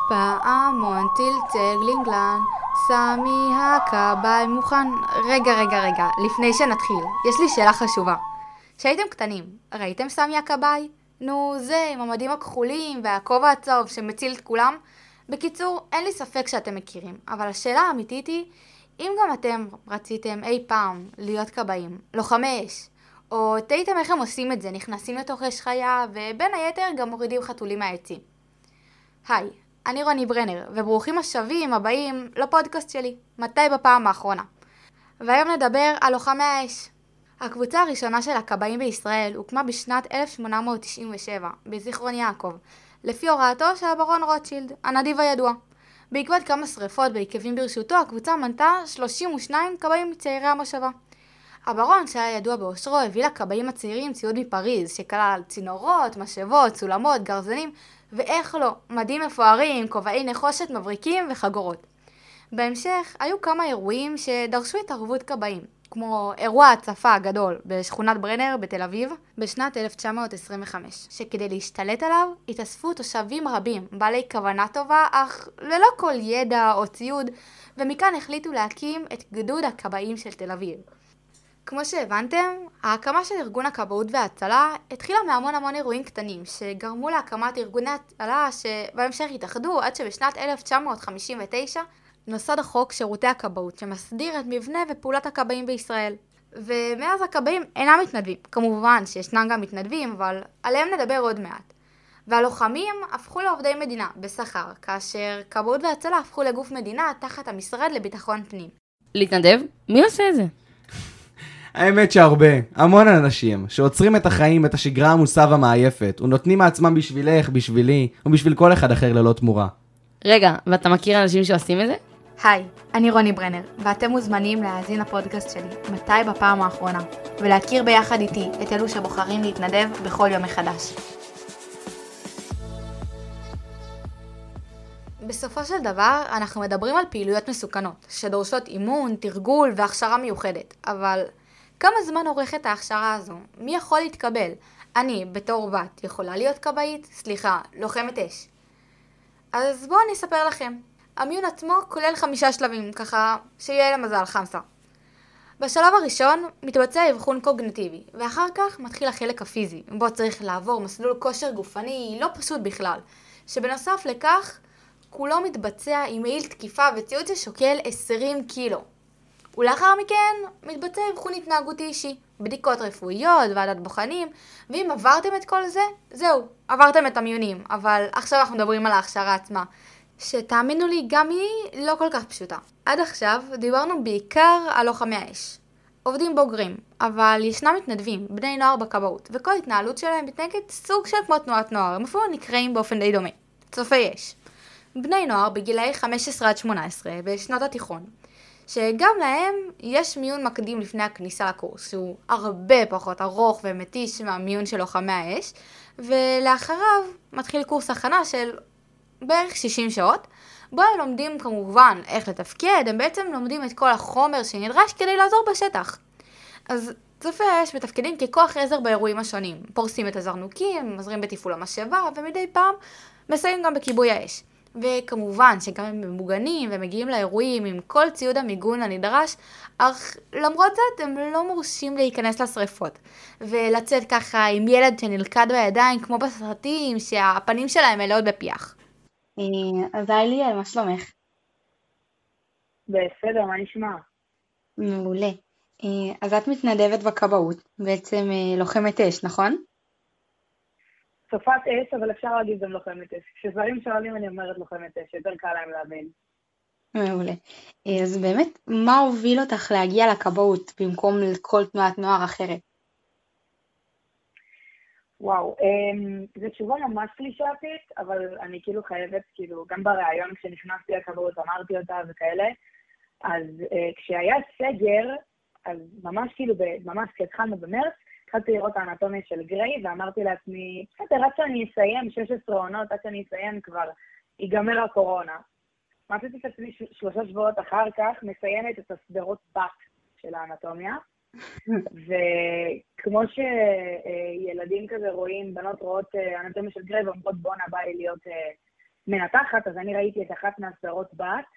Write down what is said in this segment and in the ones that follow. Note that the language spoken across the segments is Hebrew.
פעמון צלצל גלינגלן, סמי הכבאי מוכן. רגע, לפני שנתחיל, יש לי שאלה חשובה. כשהייתם קטנים, ראיתם סמי הכבאי? נו, זה עם המדים הכחולים והכובע הצהוב שמציל את כולם? בקיצור, אין לי ספק שאתם מכירים, אבל השאלה האמיתית היא, אם גם אתם רציתם אי פעם להיות כבאים, לוחמי אש, או תהיתם איך הם עושים את זה, נכנסים לתוך אש חיה, ובין היתר גם מורידים חתולים מהעצים. היי, אני רוני ברנר, וברוכים השבים הבאים לפודקאסט שלי, מתי בפעם האחרונה. והיום נדבר על לוחמי האש. הקבוצה הראשונה של הכבאים בישראל הוקמה בשנת 1897, בזיכרון יעקב, לפי הוראתו של הברון רוטשילד, הנדיב הידוע. בעקבות כמה שריפות בעקבים ברשותו, הקבוצה מנתה 32 כבאים צעירי המושבה. הברון, שהיה ידוע באושרו, הביא לכבאים הצעירים ציוד מפריז, שכלל צינורות, משאבות, סולמות, גרזנים, ואיך לא, מדים מפוארים, כובעי נחושת מבריקים וחגורות. בהמשך, היו כמה אירועים שדרשו התערבות כבאים, כמו אירוע הצפה הגדול בשכונת ברנר בתל אביב בשנת 1925, שכדי להשתלט עליו התאספו תושבים רבים, בעלי כוונה טובה, אך ללא כל ידע או ציוד, ומכאן החליטו להקים את גדוד הכבאים של תל אביב. כמו שהבנתם, ההקמה של ארגון הכבאות וההצלה התחילה מהמון אירועים קטנים שגרמו להקמת ארגוני הצלה שבהמשך התאחדו עד שבשנת 1959 נוסד החוק שירותי הכבאות שמסדיר את מבנה ופעולת הכבאים בישראל. ומאז הכבאים אינם מתנדבים, כמובן שישנם גם מתנדבים, אבל עליהם נדבר עוד מעט. והלוחמים הפכו לעובדי מדינה בשכר, כאשר כבאות והצלה הפכו לגוף מדינה תחת המשרד לביטחון פנים. להתנדב? מי עושה את זה? האמת שהרבה, המון אנשים, שעוצרים את החיים, את השגרה העמוסה והמעייפת, ונותנים מעצמם בשבילך, בשבילי, ובשביל כל אחד אחר ללא תמורה. רגע, ואתה מכיר אנשים שעושים את זה? היי, אני רוני ברנר, ואתם מוזמנים להאזין לפודקאסט שלי, מתי בפעם האחרונה, ולהכיר ביחד איתי את אלו שבוחרים להתנדב בכל יום מחדש. בסופו של דבר, אנחנו מדברים על פעילויות מסוכנות, שדורשות אימון, תרגול והכשרה מיוחדת, אבל כמה זמן עורכת ההכשרה הזו? מי יכול להתקבל? אני, בתור בת, יכולה להיות כבאית? סליחה, לוחמת אש. אז בואו אני אספר לכם. המיון עצמו כולל 5 שלבים, ככה שיהיה למזל חמסה. בשלב הראשון מתבצע אבחון קוגניטיבי, ואחר כך מתחיל החלק הפיזי, בו צריך לעבור מסלול כושר גופני לא פשוט בכלל, שבנוסף לכך כולו מתבצע עם מעיל תקיפה וציוד ששוקל 20 קילו. ולאחר מכן מתבצע אבחון התנהגותי אישי, בדיקות רפואיות, ועדת בוחנים, ואם עברתם את כל זה, זהו, עברתם את המיונים, אבל עכשיו אנחנו מדברים על ההכשרה עצמה, שתאמינו לי גם היא לא כל כך פשוטה. עד עכשיו דיברנו בעיקר על לוחמי האש, עובדים בוגרים, אבל ישנם מתנדבים, בני נוער בכבאות, וכל התנהלות שלהם מתנהגת סוג של כמו תנועת נוער, הם אפילו נקראים באופן די דומה, צופי אש. בני נוער בגילאי 15 עד 18 בשנות התיכון, שגם להם יש מיון מקדים לפני הכניסה לקורס, שהוא הרבה פחות ארוך ומתיש מהמיון של לוחמי האש, ולאחריו מתחיל קורס הכנה של בערך 60 שעות, בו הם לומדים כמובן איך לתפקד, הם בעצם לומדים את כל החומר שנדרש כדי לעזור בשטח. אז צופי האש מתפקדים ככוח עזר באירועים השונים, פורסים את הזרנוקים, עוזרים בתפעול המשאבה, ומדי פעם מסייעים גם בכיבוי האש. וכמובן שגם הם ממוגנים ומגיעים לאירועים עם כל ציוד המיגון הנדרש, אך למרות זאת הם לא מורשים להיכנס לשריפות, ולצאת ככה עם ילד שנלכד בידיים כמו בסרטים שהפנים שלהם מלאות בפיח. אז היי, מה שלומך? בסדר, מה נשמע? מעולה. אז את מתנדבת בכבאות, בעצם לוחמת אש, נכון? צופת אש, אבל אפשר להגיד גם לוחמת אש. כשזרים שואלים אני אומרת לוחמת אש, יותר קל להם להבין. מעולה. אז באמת, מה הוביל אותך להגיע לכבאות במקום לכל תנועת נוער אחרת? וואו, זו תשובה ממש קלישאתית, אבל אני כאילו חייבת, גם בראיון כשנכנסתי לכבאות אמרתי אותה וכאלה, אז כשהיה סגר, אז ממש כשהתחלנו במרץ, התחלתי לראות האנטומיה של גריי, ואמרתי לעצמי, בסדר, עד שאני אסיים 16 עונות, עד שאני אסיים כבר, ייגמר הקורונה. מצאתי את עצמי 3 שבועות אחר כך, מסיימת את הסדרות בת של האנטומיה, וכמו שילדים כזה רואים, בנות רואות אנטומיה של גריי, ואומרות בוא נבא לי להיות מנתחת, אז אני ראיתי את אחת מהסדרות בת,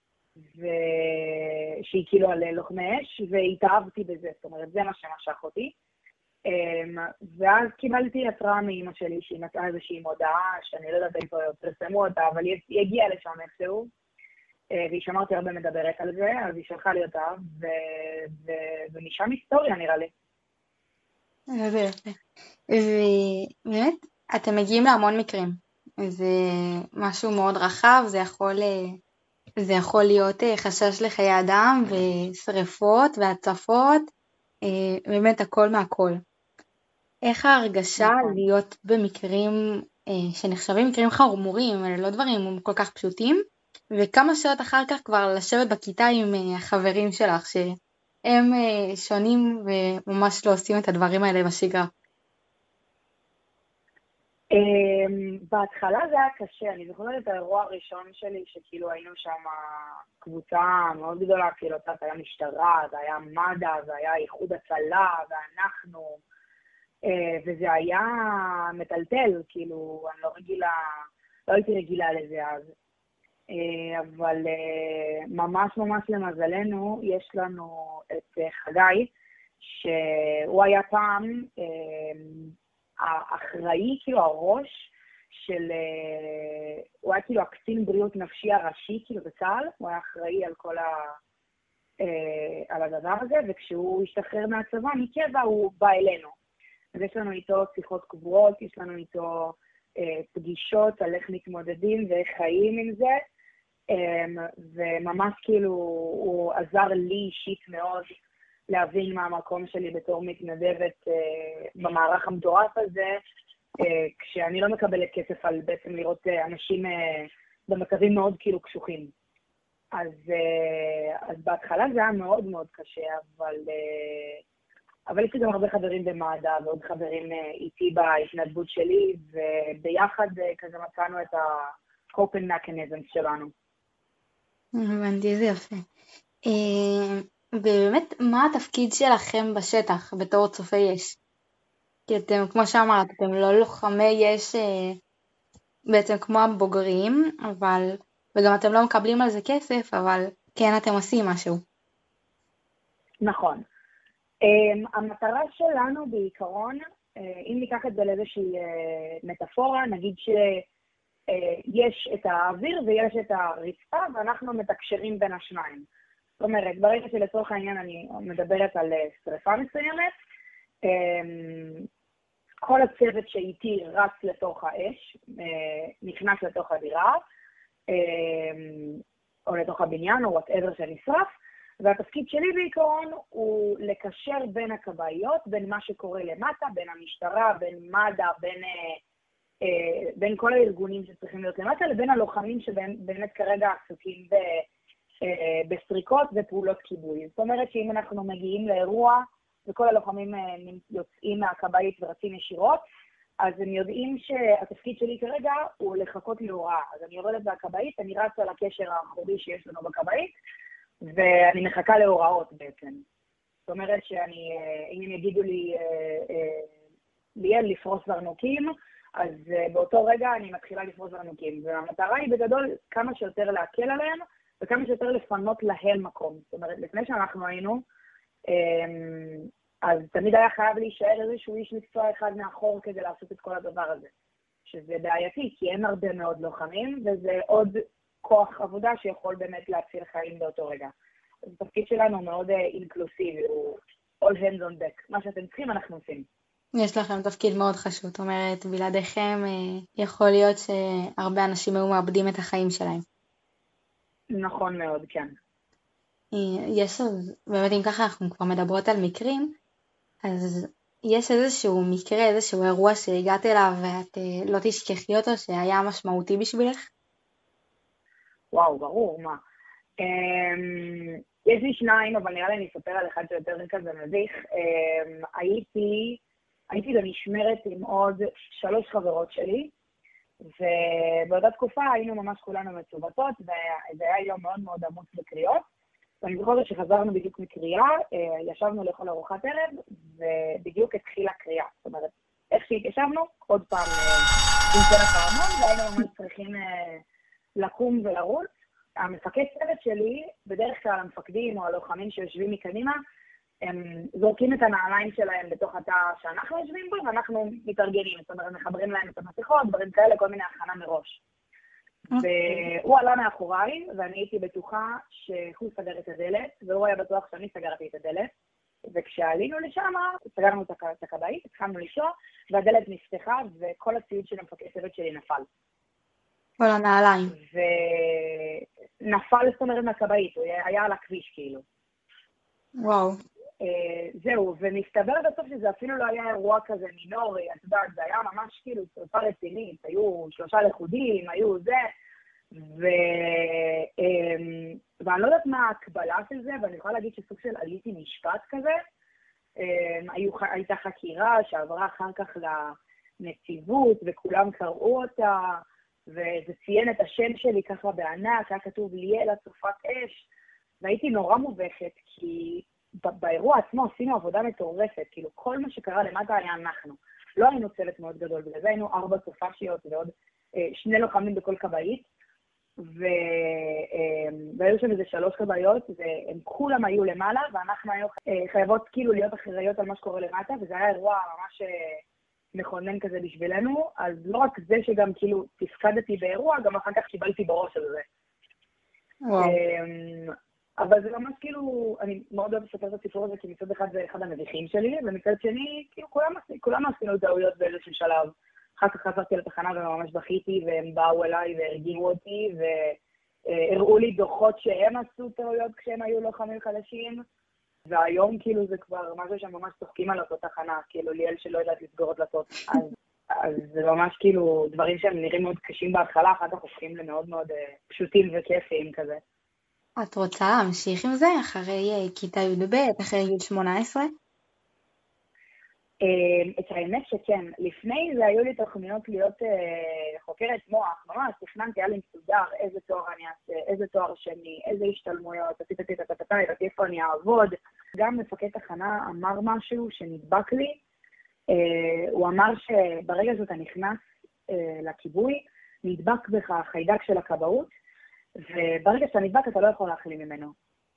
שהיא כאילו על לוחמי אש, והתאהבתי בזה, זאת אומרת, זה מה שמשך אותי. ואז קיבלתי התראה מאמא שלי שהיא נתנה איזושהי מודעה, שאני לא יודעת איפה פרסמו אותה, אבל היא הגיעה לשם איכשהו, והיא שמרתי הרבה מדברת על זה, אז היא שלחה לי אותה, ומשם היסטוריה נראה לי. זה יפה. ובאמת, אתם מגיעים להמון מקרים. זה משהו מאוד רחב, זה יכול להיות חשש לחיי אדם ושריפות והצפות, באמת הכל מהכל. איך ההרגשה להיות במקרים שנחשבים מקרים חמורים, אלה לא דברים כל כך פשוטים, וכמה שעות אחר כך כבר לשבת בכיתה עם החברים שלך, שהם שונים וממש לא עושים את הדברים האלה בשגרה. בהתחלה זה היה קשה, אני זוכרת את האירוע הראשון שלי, שכאילו היינו שם קבוצה מאוד גדולה, כאילו היה משטרה, זה היה מד"א, זה היה איחוד הצלה, ואנחנו, וזה היה מטלטל, כאילו, אני לא הייתי רגילה לזה אז. אבל ממש ממש למזלנו, יש לנו את חגי, שהוא היה פעם האחראי, כאילו הראש של, הוא היה כאילו הקצין בריאות נפשי הראשי, כאילו בצה"ל, הוא היה אחראי על כל על הדבר הזה, וכשהוא השתחרר מהצבא, מקבע הוא בא אלינו. אז יש לנו איתו שיחות קבועות, יש לנו איתו פגישות על איך מתמודדים ואיך חיים עם זה, וממש כאילו הוא עזר לי אישית מאוד להבין מה המקום שלי בתור מתנדבת במערך המטורף הזה, כשאני לא מקבלת כסף על בעצם לראות אנשים במצבים מאוד כאילו קשוחים. אז בהתחלה זה היה מאוד מאוד קשה, אבל יש לי גם הרבה חברים במד"א ועוד חברים איתי בהתנדבות שלי, וביחד כזה מצאנו את ה-coping mechanisms שלנו. הבנתי, זה יפה. ובאמת, מה התפקיד שלכם בשטח בתור צופי אש? כי אתם, כמו שאמרת, אתם לא לוחמי אש בעצם כמו הבוגרים, וגם אתם לא מקבלים על זה כסף, אבל כן אתם עושים משהו. נכון. המטרה שלנו בעיקרון, אם ניקח את זה לאיזושהי מטאפורה, נגיד שיש את האוויר ויש את הרצפה, ואנחנו מתקשרים בין השניים. זאת אומרת, ברגע שלצורך העניין אני מדברת על שריפה מסוימת, כל הצוות שאיתי רץ לתוך האש, נכנס לתוך הדירה, או לתוך הבניין, או whatever שנשרף, והתפקיד שלי בעיקרון הוא לקשר בין הכבאיות, בין מה שקורה למטה, בין המשטרה, בין מד"א, בין כל הארגונים שצריכים להיות למטה, לבין הלוחמים שבאמת כרגע עסוקים בסריקות ופעולות כיבוי. זאת אומרת שאם אנחנו מגיעים לאירוע וכל הלוחמים יוצאים מהכבאית ורצים ישירות, אז הם יודעים שהתפקיד שלי כרגע הוא לחכות להוראה. אז אני יורדת מהכבאית, אני רצה לקשר האחורי שיש לנו בכבאית, ואני מחכה להוראות בעצם. זאת אומרת אם הם יגידו לי לפרוס זרנוקים, אז באותו רגע אני מתחילה לפרוס זרנוקים. והמטרה היא בגדול כמה שיותר להקל עליהם, וכמה שיותר לפנות להם מקום. זאת אומרת, לפני שאנחנו היינו, אז תמיד היה חייב להישאר איזשהו איש מקצוע אחד מאחור כדי לעשות את כל הדבר הזה. שזה בעייתי, כי אין הרבה מאוד לוחמים, וזה עוד כוח עבודה שיכול באמת להציל חיים באותו רגע. אז התפקיד שלנו הוא מאוד אינקלוסיבי, הוא all hands on deck. מה שאתם צריכים אנחנו עושים. יש לכם תפקיד מאוד חשוב, זאת אומרת, בלעדיכם יכול להיות שהרבה אנשים היו מאבדים את החיים שלהם. נכון מאוד, כן. יש, באמת אם ככה אנחנו כבר מדברות על מקרים, אז יש איזשהו מקרה, איזשהו אירוע שהגעת אליו ואת לא תשכחי אותו, שהיה משמעותי בשבילך? וואו, ברור, מה. יש לי שניים, אבל נראה לי אני אספר על אחד שיותר כזה מביך. הייתי במשמרת עם עוד 3 חברות שלי, ובאותה תקופה היינו ממש כולנו מצובטות, וזה היה יום מאוד מאוד עמוס בקריאות. ואני זוכרת שחזרנו בדיוק מקריאה, ישבנו לאכול ארוחת ערב, ובדיוק התחילה קריאה. זאת אומרת, איך שהתיישבנו, עוד פעם עם כל הפעמון, והיינו ממש צריכים לקום ולרוץ. המפקד צוות שלי, בדרך כלל המפקדים או הלוחמים שיושבים מקדימה, הם זורקים את הנעליים שלהם בתוך התא שאנחנו יושבים בו, ואנחנו מתארגנים, זאת אומרת, מחברים להם את המסכות, דברים כאלה, כל מיני הכנה מראש. והוא עלה מאחוריי, ואני הייתי בטוחה שהוא סגר את הדלת, והוא היה בטוח שאני סגרתי את הדלת, וכשעלינו לשם, סגרנו את הכבאית, התחלנו לשאול, והדלת נפתחה, וכל הציוד של המפקד צוות שלי נפל. כל הנעליים. ונפל, זאת אומרת, מהכבאית, הוא היה על הכביש כאילו. וואו. זהו, ומסתבר בסוף שזה אפילו לא היה אירוע כזה מינורי, את יודעת, זה היה ממש כאילו שרפה רצינית, היו 3 לכודים, היו זה, ואני לא יודעת מה ההקבלה של זה, ואני יכולה להגיד שסוג של עליתי משפט כזה, הייתה חקירה שעברה אחר כך לנציבות, וכולם קראו אותה, וזה ציין את השם שלי ככה בענק, היה כתוב ליאל הצופת אש, והייתי נורא מובכת, כי באירוע עצמו עשינו עבודה מטורפת, כאילו כל מה שקרה למטה היה אנחנו. לא היינו צוות מאוד גדול, בגלל זה היינו 4 סופשיות ועוד 2 לוחמים בכל כבאית, והיו שם איזה 3 כבאיות, והם כולם היו למעלה, ואנחנו היו חייבות כאילו להיות אחראיות על מה שקורה למטה, וזה היה אירוע ממש מכונן כזה בשבילנו, אז לא רק זה שגם כאילו תפקדתי באירוע, גם אחר כך קיבלתי בראש על זה. וואו. אבל זה ממש כאילו, אני מאוד אוהב לספר את הסיפור הזה, כי מצד אחד זה אחד המביכים שלי, ומצד שני, כאילו כולם עשינו טעויות באיזשהו שלב. אחר כך חזרתי לתחנה וממש בכיתי, והם באו אליי והרגיעו אותי, והראו לי דוחות שהם עשו טעויות כשהם היו לוחמים חדשים, והיום כאילו זה כבר משהו שהם ממש צוחקים על אותו תחנה, כאילו ליאל שלא יודעת לסגור דלתות. אז זה ממש כאילו דברים שהם נראים מאוד קשים בהתחלה, אחר כך הופכים למאוד מאוד פשוטים וכיפיים כזה. את רוצה להמשיך עם זה אחרי כיתה י"ב, אחרי גיל 18? את האמת שכן, לפני זה היו לי תוכניות להיות חוקרת מוח, ממש תכננתי, היה לי מסודר איזה תואר אני אעשה, איזה תואר שני, איזה השתלמויות, עשיתי איפה אני אעבוד. גם מפקד תחנה אמר משהו שנדבק לי, הוא אמר שברגע שאתה נכנס לכיבוי, נדבק בך החיידק של הכבאות, וברגע שאתה נדבק אתה לא יכול להחלים ממנו.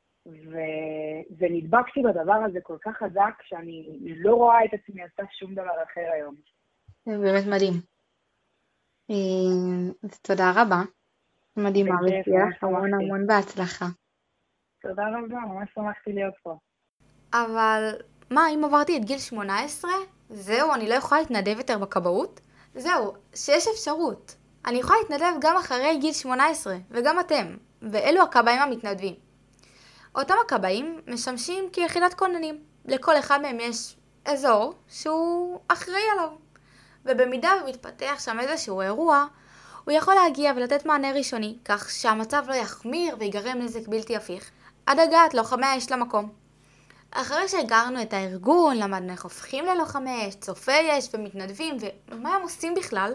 ונדבקתי בדבר הזה כל כך חזק שאני לא רואה את עצמי עושה שום דבר אחר היום. זה באמת מדהים. תודה רבה. מדהימה, ותהיה לך המון המון בהצלחה. תודה רבה, ממש שמחתי להיות פה. אבל מה, אם עברתי את גיל 18? זהו, אני לא יכולה להתנדב יותר בכבאות? זהו, שיש אפשרות. אני יכולה להתנדב גם אחרי גיל 18, וגם אתם, ואלו הכבאים המתנדבים. אותם הכבאים משמשים כיחידת כוננים. לכל אחד מהם יש אזור שהוא אחראי עליו. ובמידה ומתפתח שם איזשהו אירוע, הוא יכול להגיע ולתת מענה ראשוני, כך שהמצב לא יחמיר ויגרם נזק בלתי הפיך, עד הגעת לוחמי האש למקום. אחרי שהגרנו את הארגון, למדנו איך הופכים ללוחמי אש, צופי אש ומתנדבים, ומה הם עושים בכלל?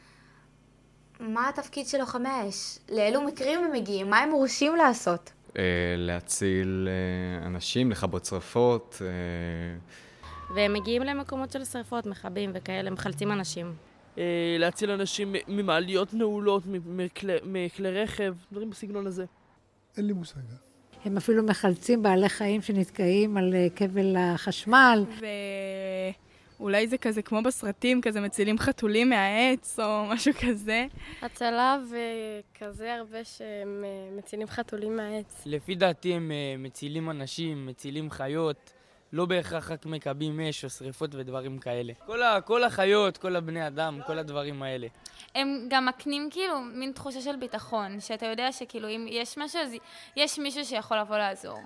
מה התפקיד של לוחמי האש? לאילו מקרים הם מגיעים? מה הם מורשים לעשות? להציל אנשים, לכבות שרפות. והם מגיעים למקומות של שרפות, מכבים וכאלה, מחלצים אנשים. להציל אנשים ממעליות נעולות, מכלי רכב, דברים בסגנון הזה. אין לי מושג. הם אפילו מחלצים בעלי חיים שנתקעים על כבל החשמל. ואולי זה כזה כמו בסרטים, כזה מצילים חתולים מהעץ או משהו כזה. הצלה וכזה הרבה שהם מצילים חתולים מהעץ. לפי דעתי הם מצילים אנשים, מצילים חיות, לא בהכרח רק מקבים אש או שריפות ודברים כאלה. כל החיות, כל הבני אדם, כל הדברים האלה. הם גם מקנים כאילו מין תחושה של ביטחון, שאתה יודע שכאילו אם יש משהו, אז יש מישהו שיכול לבוא לעזור.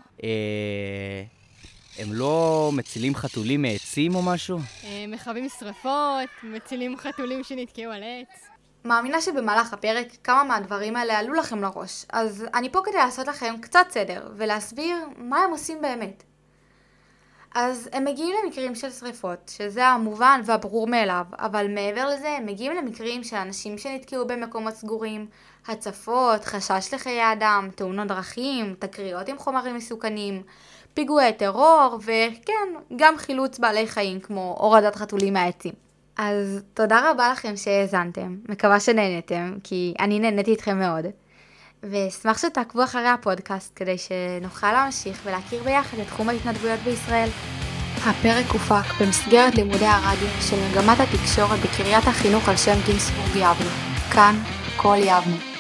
הם לא מצילים חתולים מעצים או משהו? מכבים שרפות, מצילים חתולים שנתקעו על עץ. מאמינה שבמהלך הפרק כמה מהדברים האלה עלו לכם לראש, אז אני פה כדי לעשות לכם קצת סדר ולהסביר מה הם עושים באמת. אז הם מגיעים למקרים של שריפות, שזה המובן והברור מאליו, אבל מעבר לזה הם מגיעים למקרים של אנשים שנתקעו במקומות סגורים, הצפות, חשש לחיי אדם, תאונות דרכים, תקריות עם חומרים מסוכנים, פיגועי טרור, וכן, גם חילוץ בעלי חיים כמו הורדת חתולים מהעצים. אז תודה רבה לכם שהאזנתם, מקווה שנהנתם, כי אני נהניתי איתכם מאוד. ואשמח שתעקבו אחרי הפודקאסט כדי שנוכל להמשיך ולהכיר ביחד את תחום ההתנדבויות בישראל. הפרק הופק במסגרת לימודי הרדיו של מגמת התקשורת בקריית החינוך על שם גינסבורג יבנה. כאן, כל יבנה.